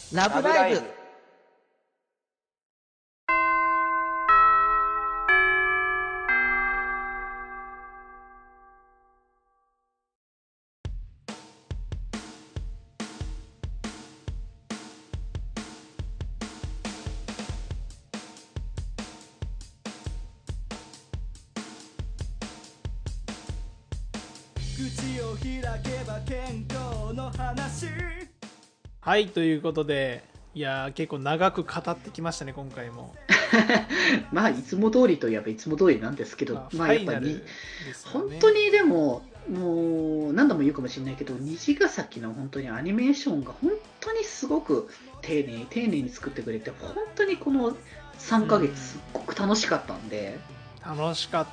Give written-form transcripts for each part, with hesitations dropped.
ラブライブ。 口を開けば健康の話。 はい、ということで、いやー結構長く語ってきましたね、今回も。 まあいつも通りといえばいつも通りなんですけど、 フまあやっぱりァイナルですよね。 本当にでももう何度も言うかもしれないけど、虹ヶ崎の本当にアニメーションが本当にすごく丁寧に作ってくれて、本当にこの3ヶ月すっごく楽しかったんで、 楽しかった。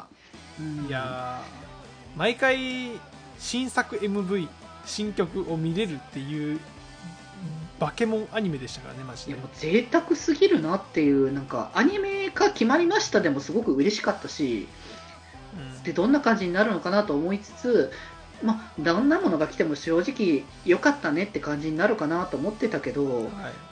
うんいやー毎回新作 MV 新曲を見れるっていうバケモンアニメでしたからね、マジで。 いやもう贅沢すぎるなっていう、なんかアニメ化決まりましたでもすごく嬉しかったし、でどんな感じになるのかなと思いつつ、まあ、どんなものが来ても正直良かったねって感じになるかなと思ってたけど、 はい、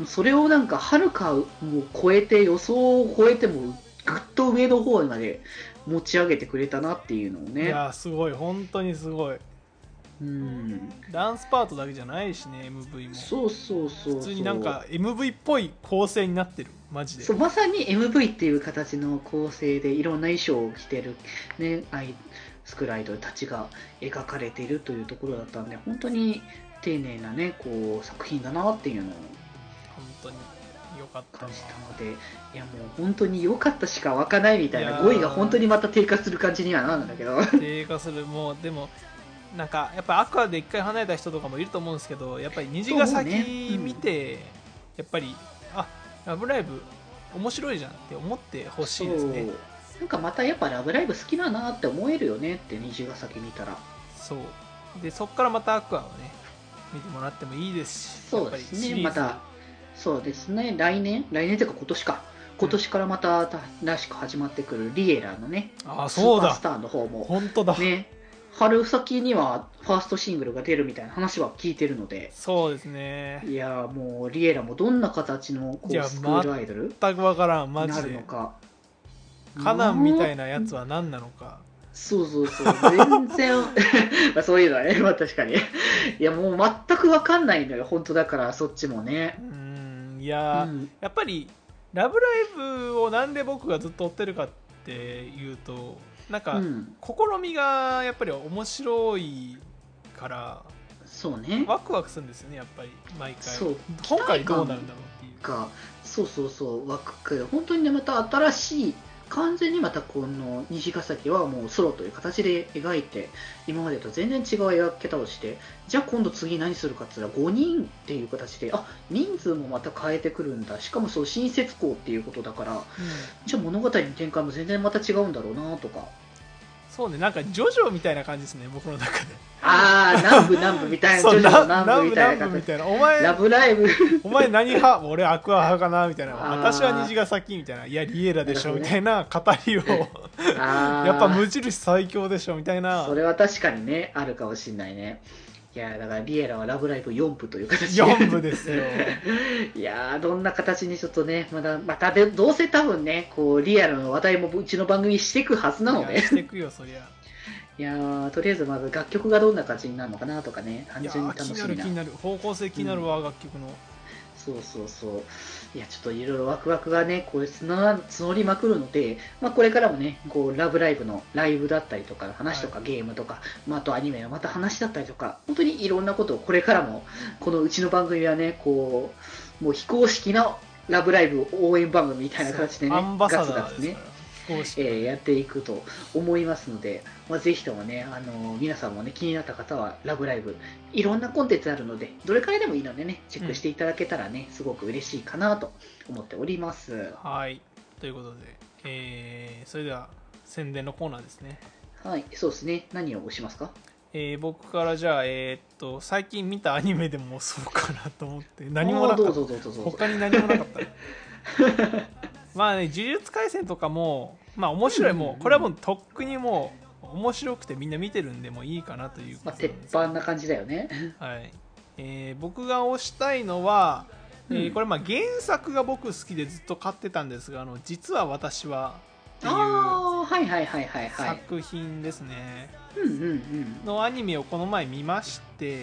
それをなんかはるかもう超えて、予想を超えてもぐっと上の方まで持ち上げてくれたなっていうのをいね。 やーすごい、本当にすごい。ダンスパートだけじゃないしね、 MV もそうそうそうそう、 普通になんか MV っぽい構成になってる、マジで。 そうまさに MV っていう形の構成でいろんな衣装を着てる、ね、スクライドたちが描かれているというところだったんで、本当に丁寧な、ね、こう作品だなっていうのを本当に良かったわ。 感じたので、いやもう本当に良かったしか湧かないみたいな、 いやー語彙が本当にまた低下する感じにはなるんだけど。 低下する。もうでもなんかやっぱアクアで一回離れた人とかもいると思うんですけど、やっぱり虹ヶ崎見て、やっぱりラブライブ面白いじゃんって思ってほしいですね。 なんかまたやっぱラブライブ好きだなって思えるよねって、虹ヶ崎見たら。 そうで、そっからまたアクアをね見てもらってもいいですし、 そうですね、 やっぱりシリーズ、 またそうですね、来年というか今年からまたらしく始まってくるリエラのね、スーそうだ、 パースターの方も本当だ、 ね、春先にはファーストシングルが出るみたいな話は聞いてるので、 そうですね。 いやもうリエラもどんな形のこいうやスクールアイドル全く分からん、マになジで。 るのか。 カナンみたいなやつは何なのか。 そうそうそう、全然まあそういうのはね、まあ確かに。いやもう全く分かんないのよ、本当だからそっちもね。 いや、やっぱり「ラブライブ!」をなんで僕がずっと追ってるかっていうと、なんか、試みがやっぱり面白いからそうね、 ワクワクするんですよね、やっぱり毎回。 そう今回どうなるんだろうっていうか、そうそうそう、ワクワク、本当にね、また新しい、完全にまたこの虹ヶ崎はもうソロという形で描いて、今までと全然違う描き方をして、じゃあ今度次何するかって言ったら5人っていう形で、人数もまた変えてくるんだ、しかもそう新設校っていうことだから、じゃあ物語の展開も全然また違うんだろうなとか。 そうね、なんかジョジョみたいな感じですね、僕の中で。 南部みたいな、 そう、 ジョジョの南部みたいな南部みたいな。 ラブライブお前何派、俺アクア派かなみたいな。私は虹ヶ崎みたいな。いやリエラでしょみたいな語りをやっぱ無印最強でしょみたいな。 それは確かにね、あるかもしれないね。いやだからリエラはラブライブ4部という形で 4部ですよ。 いやどんな形にちょっとね、またでどうせ多分ね、こうリアルの話題もうちの番組にしていくはずなので、 していくよそりゃ。 いやとりあえずまず楽曲がどんな感じになるのかなとかね、単純に楽しみな。 気になる方向性気になるわ、楽曲の。 そうそうそう、いやちょっといろいろワクワクがね、こう募りまくるので、これからもね、こうラブライブのライブだったりとか話とか、ゲームとか、あとアニメのまた話だったりとか、本当にいろんなことをこれからもこのうちの番組はね、こうもう非公式なラブライブ応援番組みたいな形でね、ガツガツねやっていくと思いますので、ぜひともね、皆さんもね、気になった方はラブライブいろんなコンテンツあるので、どれからでもいいのでね、チェックしていただけたらね、すごく嬉しいかなと思っております。 はい、ということで、それでは宣伝のコーナーですね。 はい、そうですね。何を押しますか？ 僕からじゃあ、最近見たアニメでもそうかなと思って、何もなかった。他に何もなかったまあね、呪術廻戦とかも面白い、もうこれはもうとっくにもう面白くてみんな見てるんでもいいかなという鉄板な感じだよね。 はい。僕が推したいのはこれまあ原作が僕好きでずっと買ってたんですが、実は私はっていう作品ですね、のアニメをこの前見まして、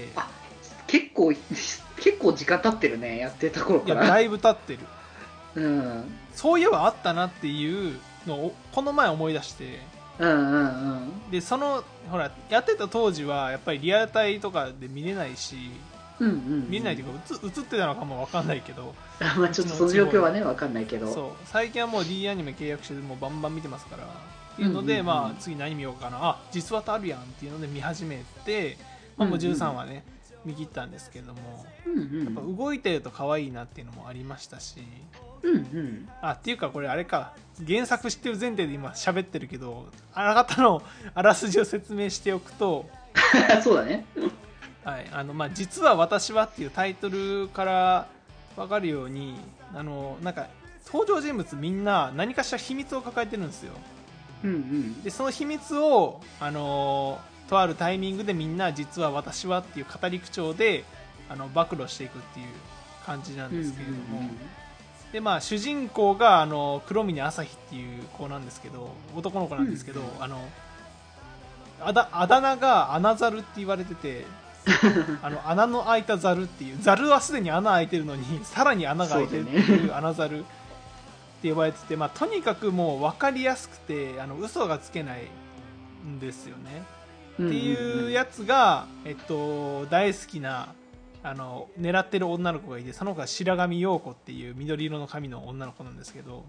あ、結構時間経ってるね、やってた頃から。 いやだいぶ経ってる、 うん、 そういえばあったなっていうのをこの前思い出して、でそのほらやってた当時はやっぱりリアルタイとかで見れないし、見れないというか映ってたのかも分かんないけどまあちょっとその状況はね分かんないけど、 そう最近はもう D アニメ契約してもうバンバン見てますからっていうので、まあ次何見ようかな、あ実話とあるやんっていうので見始めて、まあ、もう13話ね見切ったんですけども、やっぱ動いてると可愛いなっていうのもありましたし、あっていうかこれあれか、原作知ってる前提で今喋ってるけど、あらかたのあらすじを説明しておくとそうだね、 はい、まあ、実は私はっていうタイトルから分かるように、なんか登場人物みんな何かしら秘密を抱えてるんですよ、でその秘密を、とあるタイミングでみんな実は私はっていう語り口調で暴露していくっていう感じなんですけれども、でまあ、主人公が黒峰朝日っていう子なんですけど、男の子なんですけど、あだ名が穴猿って言われてて穴の開いたザルっていう、ザルはすでに穴開いてるのにさらに穴が開いてるっていう穴ザルって呼ばれてて、まあ、とにかくもう分かりやすくて嘘がつけないんですよね、っていうやつが、大好きな狙ってる女の子がいて、その子が白神陽子っていう緑色の髪の女の子なんですけど、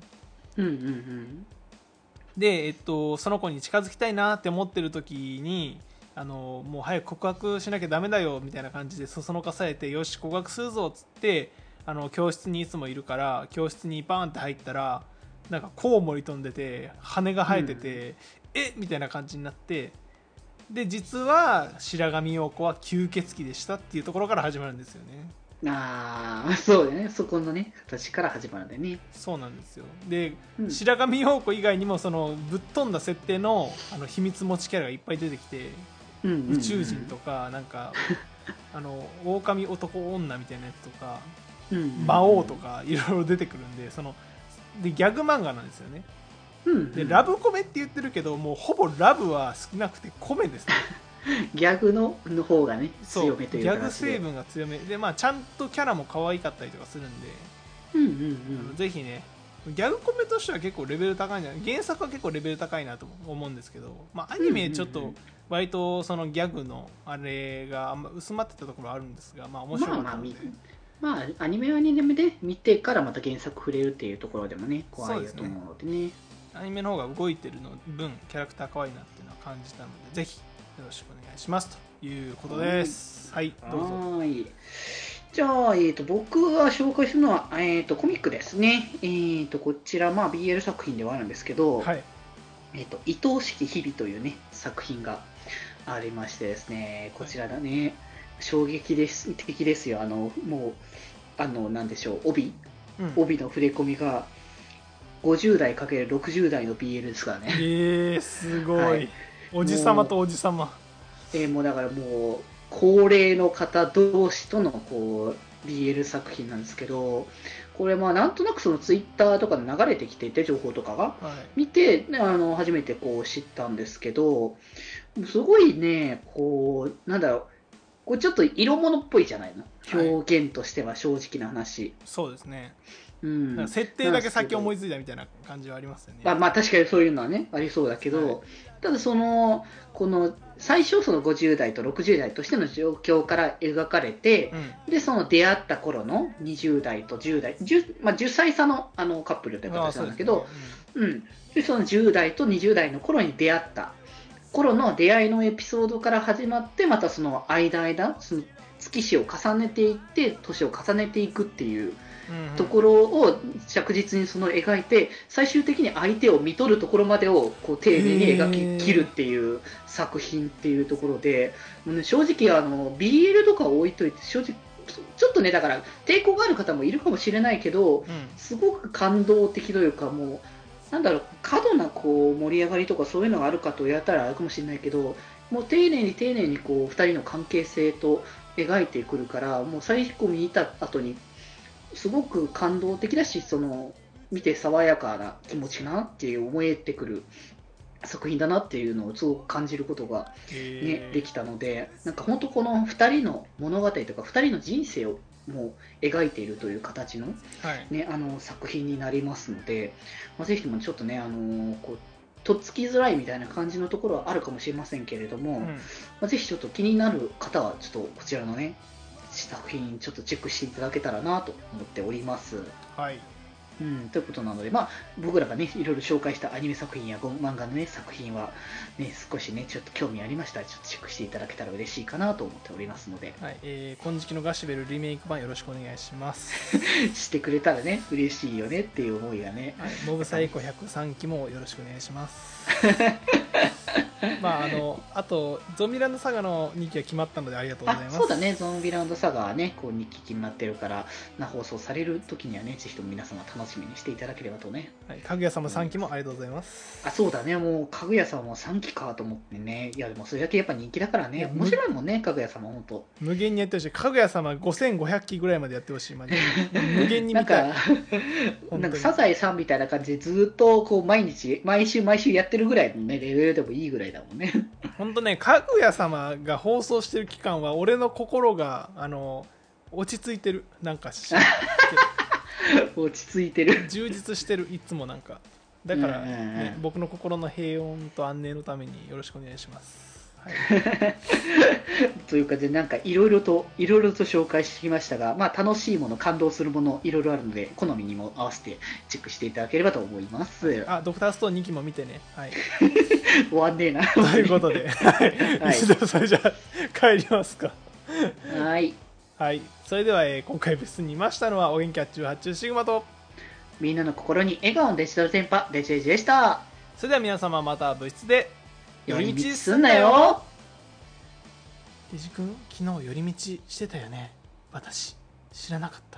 で、その子に近づきたいなって思ってる時にもう早く告白しなきゃダメだよみたいな感じでそそのかされて、よし告白するぞっつって教室にいつもいるから教室にバーンって入ったら、なんかコウモリ飛んでて羽が生えてて、えみたいな感じになって、で実は白神陽子は吸血鬼でしたっていうところから始まるんですよね。 ああ、そうだね、そこのね形から始まるんだよね。 そうなんですよ。で、白神陽子以外にもそのぶっ飛んだ設定の秘密持ちキャラがいっぱい出てきて、宇宙人とかなんか狼男女みたいなやつとか、魔王とかいろいろ出てくるんで、でギャグ漫画なんですよね、でラブコメって言ってるけどもうほぼラブは少なくてコメですねギャグの方がね強めというか、 ギャグ成分が強めで、まあ、ちゃんとキャラも可愛かったりとかするんで、ぜひね、ギャグコメとしては結構レベル高いんじゃない、原作は結構レベル高いなと思うんですけど、まあ、アニメちょっと割とそのギャグのあれがあんま薄まってたところあるんですが、まあ面白かったので、 まあアニメはアニメで見てからまた原作触れるっていうところでもね怖いと思うのでね、 アニメの方が動いてるの分キャラクター可愛いなっていうのは感じたので、ぜひよろしくお願いしますということです。はい、どうぞ。 じゃあ、僕が紹介するのは、コミックですね。こちら、まあ、BL 作品ではあるんですけど、愛おしき日々というね、作品がありましてですね、こちらだね、衝撃的ですよ。もう、なんでしょう、帯の触れ込みが、50代 ×60 代の BL ですからね。 すごい。おじさまとおじさま。 もうだからもう、高齢の方同士とのこう BL 作品なんですけど、これまあなんとなくそのツイッターとかで流れてきていて情報とかが、見て初めてこう知ったんですけど、すごいね、こうなんだろう、こうちょっと色物っぽいじゃないの、表現としては正直な話。 そうですね。設定だけ先思いついたみたいな感じはありますよね。 まあ確かにそういうのはねありそうだけど、ただこの最初その50代と60代としての状況から描かれて、でその出会った頃の20代と10代 10歳差のカップルという形なんだけど、でその10代と20代の頃に出会った頃の出会いのエピソードから始まって、またその間その月日を重ねていって年を重ねていくっていうところを着実にその描いて、最終的に相手を見とるところまでをこう丁寧に描き切るっていう作品っていうところで、もうね、正直BL とか置いといて正直ちょっとね、だから抵抗がある方もいるかもしれないけど、すごく感動的というか、もうなんだろう、過度なこう盛り上がりとかそういうのがあるかと言われたらあるかもしれないけど、もう丁寧にこう2人の関係性と描いてくるから、もう最後見た後にすごく感動的だし、見て爽やかな気持ちなって思えてくる作品だなっていうのをすごく感じることが、ね、できたので、なんか本当この2人の物語とか2人の人生をもう描いているという形の、ね、作品になりますので、ぜひともちょっとね、こうとっつきづらいみたいな感じのところはあるかもしれませんけれども、ぜひちょっと気になる方はちょっとこちらのね作品ちょっとチェックしていただけたらなと思っております。 はい。 ということなので、僕らがねいろいろ紹介したアニメ作品や漫画のね作品はね少しねちょっと興味ありましたらちょっとチェックしていただけたら嬉しいかなと思っておりますので、 はい、金色のガシベルリメイク版よろしくお願いしますしてくれたらね嬉しいよねっていう思いがね、 はい、モブサイコ103期もよろしくお願いしますあとゾンビランドサガの2期は決まったのでありがとうございます。 そうだね、ゾンビランドサガはねこう2期になってるから放送される時にはねぜひとも皆様楽しみにしていただければとね。 はい、かぐや様3期もありがとうございます。 そうだね、もうかぐや様も3期かと思ってね。いやでもそれだけやっぱ人気だからね、面白いもんね、かぐや様本当無限にやってほしい。かぐや様5500期ぐらいまでやってほしい。無限に見たいなんかサザエさんみたいな感じでずっとこう毎週やってるぐらいのねレベルでもいいぐらいだもんね。 本当ね、かぐや様が放送してる期間は俺の心が落ち着いてる。なんか落ち着いてる、 充実してる。いつもなんかだから、ね、僕の心の平穏と安寧のためによろしくお願いします、はい、 というかでなんかいろいろと紹介してきましたが、楽しいもの感動するものいろいろあるので好みにも合わせてチェックしていただければと思います。 ドクターストーン2期も見てね、はい、 終わんねえなということで、はい、それじゃあ帰りますかはい、 はい、それでは、今回部室にいましたのはお元気発注発注シグマとみんなの心に笑顔のデジタル電波デジェジでした。 それでは皆様また部室で寄り道すんなよ。 デジ君、昨日寄り道してたよね。私知らなかった。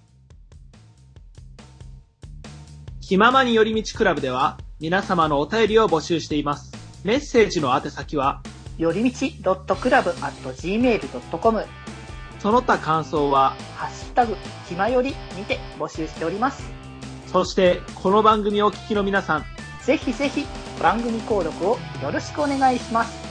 気ままに寄り道クラブでは皆様のお便りを募集しています。メッセージの宛先はよりみち.club@gmail.com、 その他感想はハッシュタグひまよりにて募集しております。 そしてこの番組をお聞きの皆さん、 ぜひぜひ番組購読をよろしくお願いします。